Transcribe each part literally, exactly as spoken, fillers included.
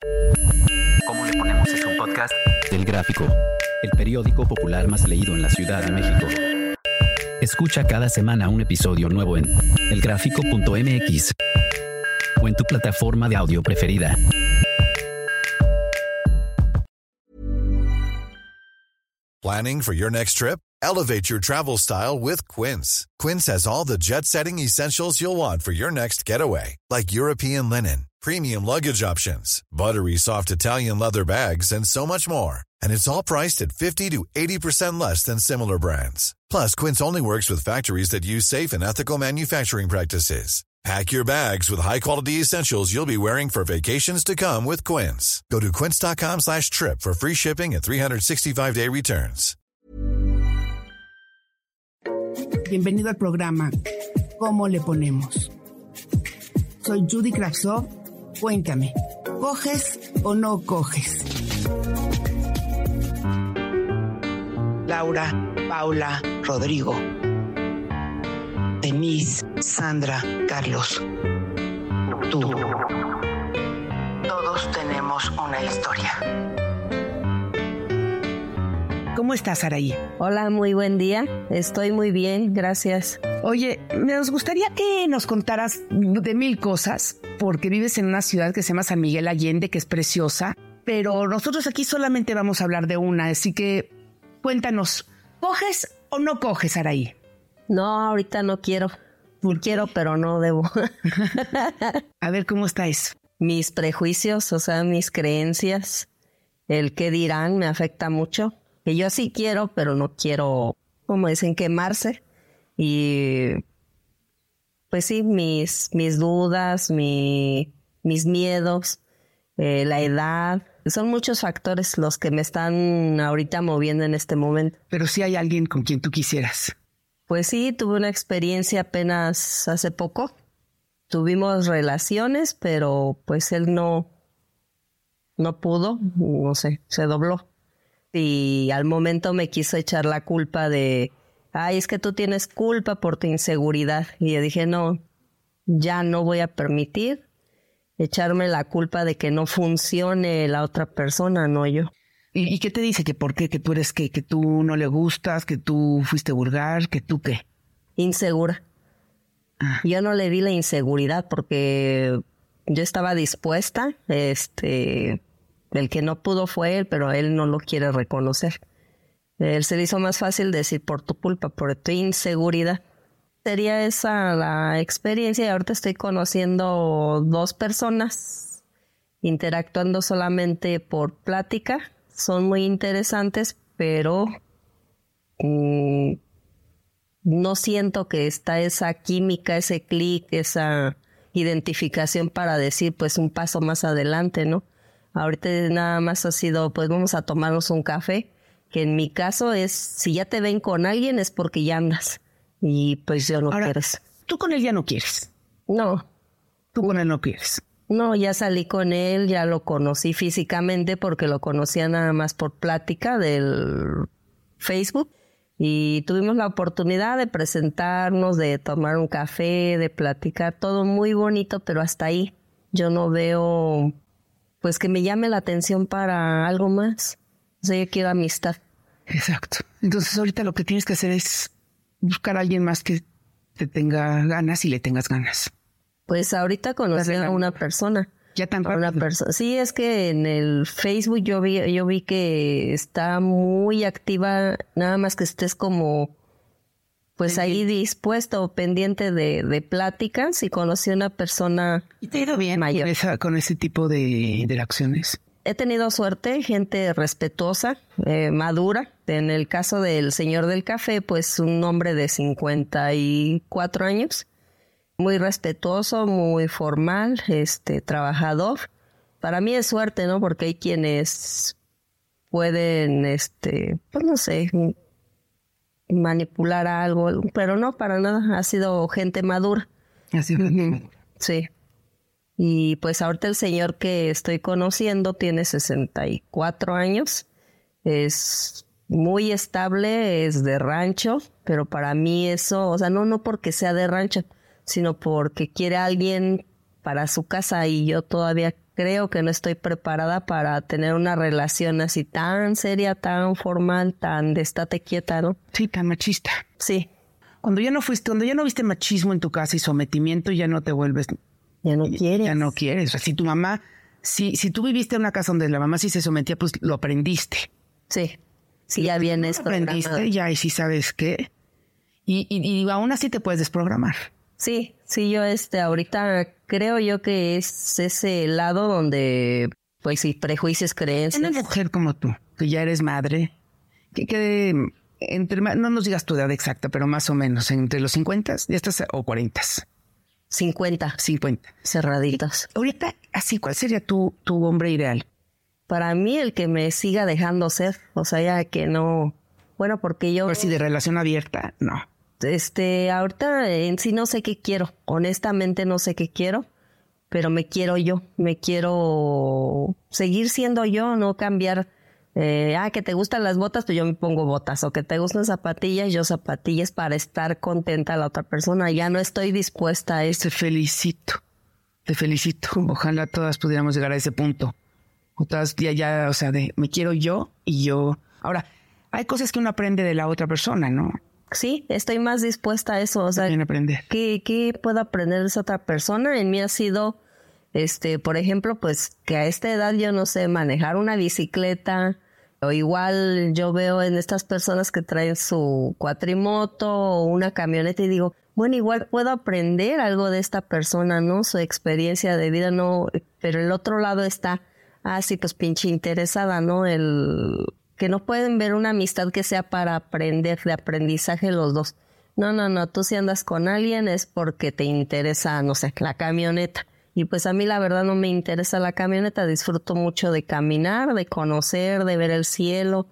¿Cómo le ponemos? Es un podcast del Gráfico, el periódico popular más leído en la Ciudad de México. Escucha cada semana un episodio nuevo en el gráfico punto m x o en tu plataforma de audio preferida. Planning for your next trip? Elevate your travel style with Quince. Quince has all the jet-setting essentials you'll want for your next getaway, like European linen, premium luggage options, buttery soft Italian leather bags, and so much more. And it's all priced at fifty to eighty percent less than similar brands. Plus, Quince only works with factories that use safe and ethical manufacturing practices. Pack your bags with high-quality essentials you'll be wearing for vacations to come with Quince. Go to quince.com slash trip for free shipping and three sixty-five day returns. Bienvenido al programa ¿Cómo le ponemos? Soy Judy Kravtsov. Cuéntame, ¿coges o no coges? Laura, Paula, Rodrigo, Denise, Sandra, Carlos, tú. Todos tenemos una historia. ¿Cómo estás, Araí? Hola, muy buen día. Estoy muy bien, gracias. Oye, nos gustaría que nos contaras de mil cosas, porque vives en una ciudad que se llama San Miguel Allende, que es preciosa, pero nosotros aquí solamente vamos a hablar de una, así que cuéntanos, ¿coges o no coges, Araí? No, ahorita no quiero. Quiero, pero no debo. A ver, ¿cómo está eso? Mis prejuicios, o sea, mis creencias, el qué dirán me afecta mucho. Que yo sí quiero, pero no quiero, como dicen, quemarse. Y pues sí, mis, mis dudas, mi, mis miedos, eh, la edad, son muchos factores los que me están ahorita moviendo en este momento. Pero sí hay alguien con quien tú quisieras. Pues sí, tuve una experiencia apenas hace poco. Tuvimos relaciones, pero pues él no, no pudo, no sé, se dobló. Y al momento me quiso echar la culpa de, ay, es que tú tienes culpa por tu inseguridad. Y yo dije, no, ya no voy a permitir echarme la culpa de que no funcione la otra persona, no yo. ¿Y, y qué te dice? ¿Que por qué? ¿Que tú eres qué? ¿Que tú no le gustas? ¿Que tú fuiste vulgar? ¿Que tú qué? Insegura. Ah. Yo no le di la inseguridad porque yo estaba dispuesta, este... El que no pudo fue él, pero él no lo quiere reconocer. Él se le hizo más fácil decir por tu culpa, por tu inseguridad. Sería esa la experiencia y ahorita estoy conociendo dos personas interactuando solamente por plática. Son muy interesantes, pero mmm, no siento que está esa química, ese clic, esa identificación para decir pues un paso más adelante, ¿no? Ahorita nada más ha sido, pues vamos a tomarnos un café, que en mi caso es, si ya te ven con alguien es porque ya andas. Y pues yo no Ahora, quiero. ¿Tú con él ya no quieres? No. ¿Tú con él no quieres? No, ya salí con él, ya lo conocí físicamente porque lo conocía nada más por plática del Facebook. Y tuvimos la oportunidad de presentarnos, de tomar un café, de platicar, todo muy bonito, pero hasta ahí yo no veo... pues que me llame la atención para algo más. O sea, yo quiero amistad. Exacto. Entonces ahorita lo que tienes que hacer es buscar a alguien más que te tenga ganas y le tengas ganas. Pues ahorita conocí a una persona. Ya tan rápido. Una persona. Sí, es que en el Facebook yo vi, yo vi que está muy activa, nada más que estés como pues pendiente. Ahí dispuesto, pendiente de, de pláticas, y conocí a una persona ¿Y te ha ido bien mayor. Con, esa, con ese tipo de interacciones? He tenido suerte, gente respetuosa, eh, madura. En el caso del señor del café, pues un hombre de cincuenta y cuatro años, muy respetuoso, muy formal, este, trabajador. Para mí es suerte, ¿no? Porque hay quienes pueden, este, pues no sé, manipular algo, pero no, para nada. Ha sido gente madura. Ha sido gente uh-huh. madura. Sí. Y pues ahorita el señor que estoy conociendo tiene sesenta y cuatro años, es muy estable, es de rancho, pero para mí eso, o sea, no, no porque sea de rancho, sino porque quiere a alguien para su casa, y yo todavía creo que no estoy preparada para tener una relación así tan seria, tan formal, tan de estate quieta, ¿no? Sí, tan machista. Sí. Cuando ya no fuiste, cuando ya no viste machismo en tu casa y sometimiento, ya no te vuelves... Ya no quieres. Ya no quieres. O sea, si tu mamá, si, si tú viviste en una casa donde la mamá sí se sometía, pues lo aprendiste. Sí. Sí, ya vienes. Lo aprendiste, ya, y sí sabes qué. Y, y, y aún así te puedes desprogramar. Sí, sí, yo este ahorita creo yo que es ese lado donde, pues sí, prejuicios, creencias. Una mujer como tú, que ya eres madre, que, que entre, no nos digas tu edad exacta, pero más o menos, entre los cincuenta, ya estás, o cuarenta. cincuenta. cincuenta. Cerraditas. Ahorita, así, ¿cuál sería tu, tu hombre ideal? Para mí, el que me siga dejando ser, o sea, ya que no, bueno, porque yo... Pero si de relación abierta, no. Este, ahorita en sí no sé qué quiero, honestamente no sé qué quiero, pero me quiero yo, me quiero seguir siendo yo, no cambiar, eh, ah, que te gustan las botas, pues yo me pongo botas, o que te gustan zapatillas, yo zapatillas para estar contenta a la otra persona, ya no estoy dispuesta a eso. Te felicito, te felicito, ojalá todas pudiéramos llegar a ese punto, o todas ya, ya, o sea, de me quiero yo y yo. Ahora, hay cosas que uno aprende de la otra persona, ¿no? Sí, estoy más dispuesta a eso. O sea, aprender. ¿qué, ¿qué puedo aprender de esa otra persona? En mí ha sido, este, por ejemplo, pues que a esta edad yo no sé manejar una bicicleta, o igual yo veo en estas personas que traen su cuatrimoto o una camioneta y digo, bueno, igual puedo aprender algo de esta persona, ¿no? Su experiencia de vida, no, pero el otro lado está, ah, sí, pues pinche interesada, ¿no? El... que no pueden ver una amistad que sea para aprender, de aprendizaje los dos. No, no, no, tú si andas con alguien es porque te interesa, no sé, la camioneta. Y pues a mí la verdad no me interesa la camioneta, disfruto mucho de caminar, de conocer, de ver el cielo,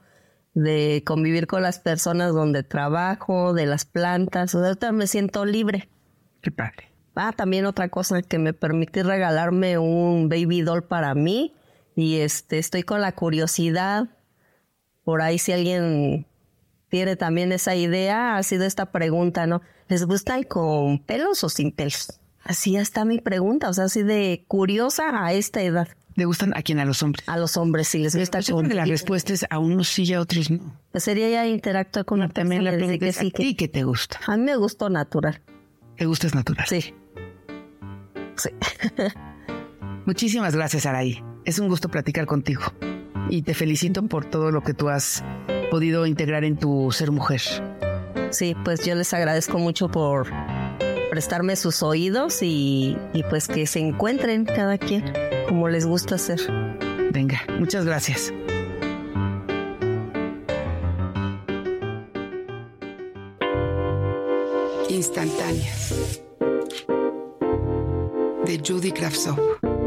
de convivir con las personas donde trabajo, de las plantas. O sea, me siento libre. Qué padre. Ah, también otra cosa que me permití regalarme un baby doll para mí. Y este, estoy con la curiosidad. Por ahí si alguien tiene también esa idea, ha sido esta pregunta, ¿no? ¿Les gustan con pelos o sin pelos? Así está mi pregunta, o sea, así de curiosa a esta edad. ¿Le gustan a quién? A los hombres. A los hombres, sí les gusta. Yo creo que la respuesta es a unos sí y a otros no. Pues sería ya interactuar con no, una también la pregunta que es sí, a ti que te gusta. A mí me gustó natural. ¿Te gusta es natural? Sí. Sí. Muchísimas gracias, Araí. Es un gusto platicar contigo. Y te felicito por todo lo que tú has podido integrar en tu ser mujer. Sí, pues yo les agradezco mucho por prestarme sus oídos y, y pues que se encuentren cada quien como les gusta hacer. Venga, muchas gracias. Instantáneas de Judy Kravtsov.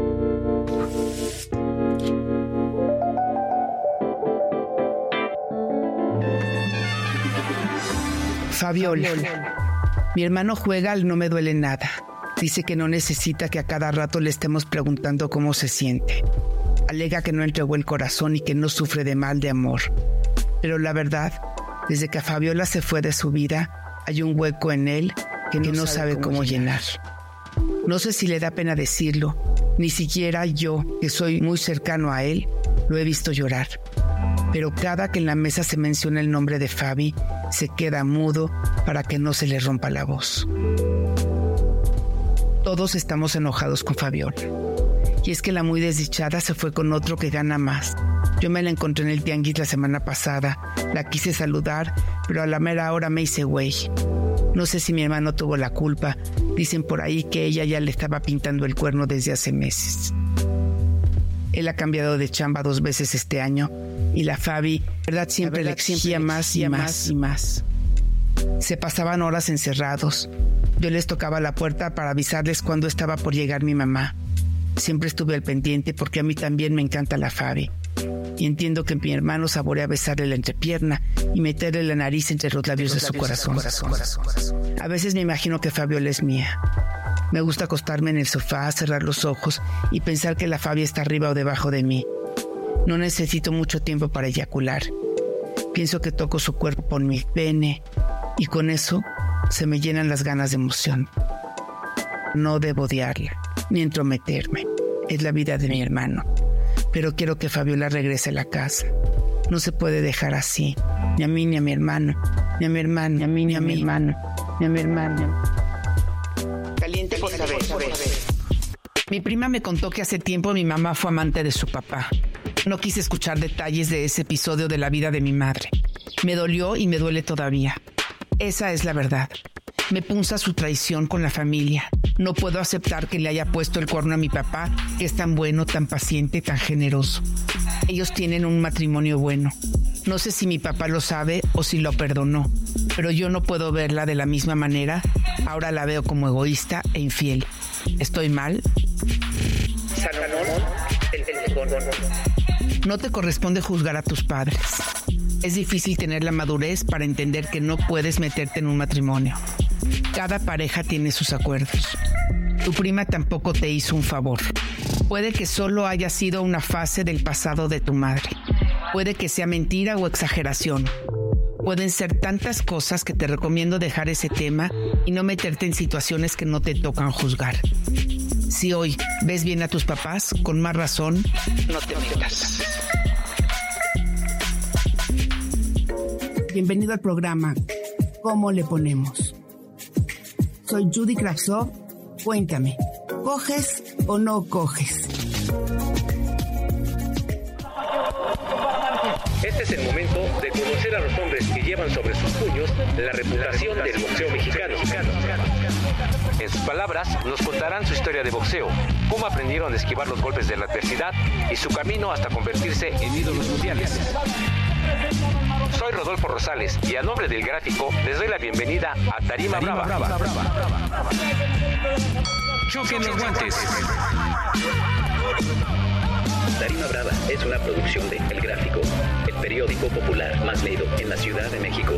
Fabiola. Mi hermano juega al no me duele nada. Dice que no necesita que a cada rato le estemos preguntando cómo se siente. Alega que no entregó el corazón y que no sufre de mal de amor. Pero la verdad, desde que Fabiola se fue de su vida, hay un hueco en él que no, no sabe, sabe cómo, cómo llenar. No sé si le da pena decirlo. Ni siquiera yo, que soy muy cercano a él, lo he visto llorar. Pero cada que en la mesa se menciona el nombre de Fabi, se queda mudo para que no se le rompa la voz. Todos estamos enojados con Fabiola. Y es que la muy desdichada se fue con otro que gana más. Yo me la encontré en el tianguis la semana pasada. La quise saludar, pero a la mera hora me hice güey. No sé si mi hermano tuvo la culpa. Dicen por ahí que ella ya le estaba pintando el cuerno desde hace meses. Él ha cambiado de chamba dos veces este año y la Fabi, verdad, siempre la verdad, le exigía más y más y más. Se pasaban horas encerrados. Yo les tocaba la puerta para avisarles cuando estaba por llegar mi mamá. Siempre estuve al pendiente porque a mí también me encanta la Fabi. Y entiendo que mi hermano saborea besarle la entrepierna y meterle la nariz entre los labios de su corazón. A veces me imagino que Fabiola es mía. Me gusta acostarme en el sofá, cerrar los ojos y pensar que la Fabi está arriba o debajo de mí. No necesito mucho tiempo para eyacular. Pienso que toco su cuerpo con mi pene y con eso se me llenan las ganas de emoción. No debo odiarla, ni entrometerme. es la vida de mi hermano. Pero quiero que Fabiola regrese a la casa. No se puede dejar así. Ni a mí, ni a mi hermano. Ni a mi hermano, ni a mí, ni a mi hermano. Ni a mi hermano. Caliente por saber. Mi prima me contó que hace tiempo mi mamá fue amante de su papá. No quise escuchar detalles de ese episodio de la vida de mi madre. Me dolió y me duele todavía. Esa es la verdad. Me punza su traición con la familia. No puedo aceptar que le haya puesto el cuerno a mi papá, que es tan bueno, tan paciente, tan generoso. Ellos tienen un matrimonio bueno. No sé si mi papá lo sabe o si lo perdonó, pero yo no puedo verla de la misma manera. Ahora la veo como egoísta e infiel. ¿Estoy mal? No te corresponde juzgar a tus padres. Es difícil tener la madurez para entender que no puedes meterte en un matrimonio. Cada pareja tiene sus acuerdos. Tu prima tampoco te hizo un favor. Puede que solo haya sido una fase del pasado de tu madre. Puede que sea mentira o exageración. Pueden ser tantas cosas que te recomiendo dejar ese tema y no meterte en situaciones que no te tocan juzgar. Si hoy ves bien a tus papás, con más razón, no te metas. Bienvenido al programa ¿Cómo le ponemos? Soy Judy Kravtsov. Cuéntame, ¿coges o no coges? Este es el momento de conocer a los hombres que llevan sobre sus puños la reputación del boxeo mexicano. En sus palabras, nos contarán su historia de boxeo, cómo aprendieron a esquivar los golpes de la adversidad y su camino hasta convertirse en ídolos mundiales. Soy Rodolfo Rosales y a nombre del Gráfico les doy la bienvenida a Tarima, Tarima Brava. Brava. Brava. Choquen los guantes. Tarima Brava es una producción de El Gráfico, el periódico popular más leído en la Ciudad de México.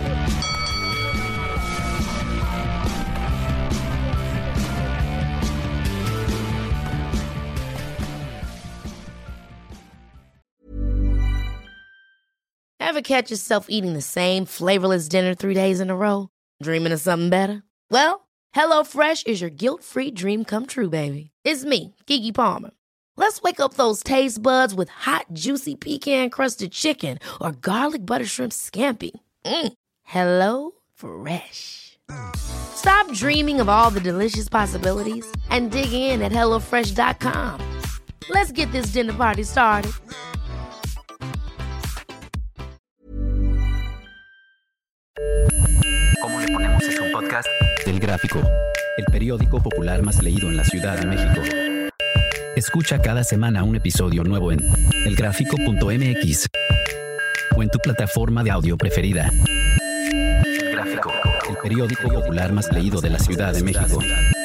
Ever catch yourself eating the same flavorless dinner three days in a row? Dreaming of something better? Well, HelloFresh is your guilt-free dream come true, baby. It's me, Keke Palmer. Let's wake up those taste buds with hot, juicy pecan-crusted chicken or garlic butter shrimp scampi. Mm. Hello Fresh. Stop dreaming of all the delicious possibilities and dig in at hello fresh dot com. Let's get this dinner party started. ¿Cómo le ponemos? Es un podcast del Gráfico, el periódico popular más leído en la Ciudad de México. Escucha cada semana un episodio nuevo en el gráfico punto m x o en tu plataforma de audio preferida. El Gráfico, el periódico popular más leído de la Ciudad de México.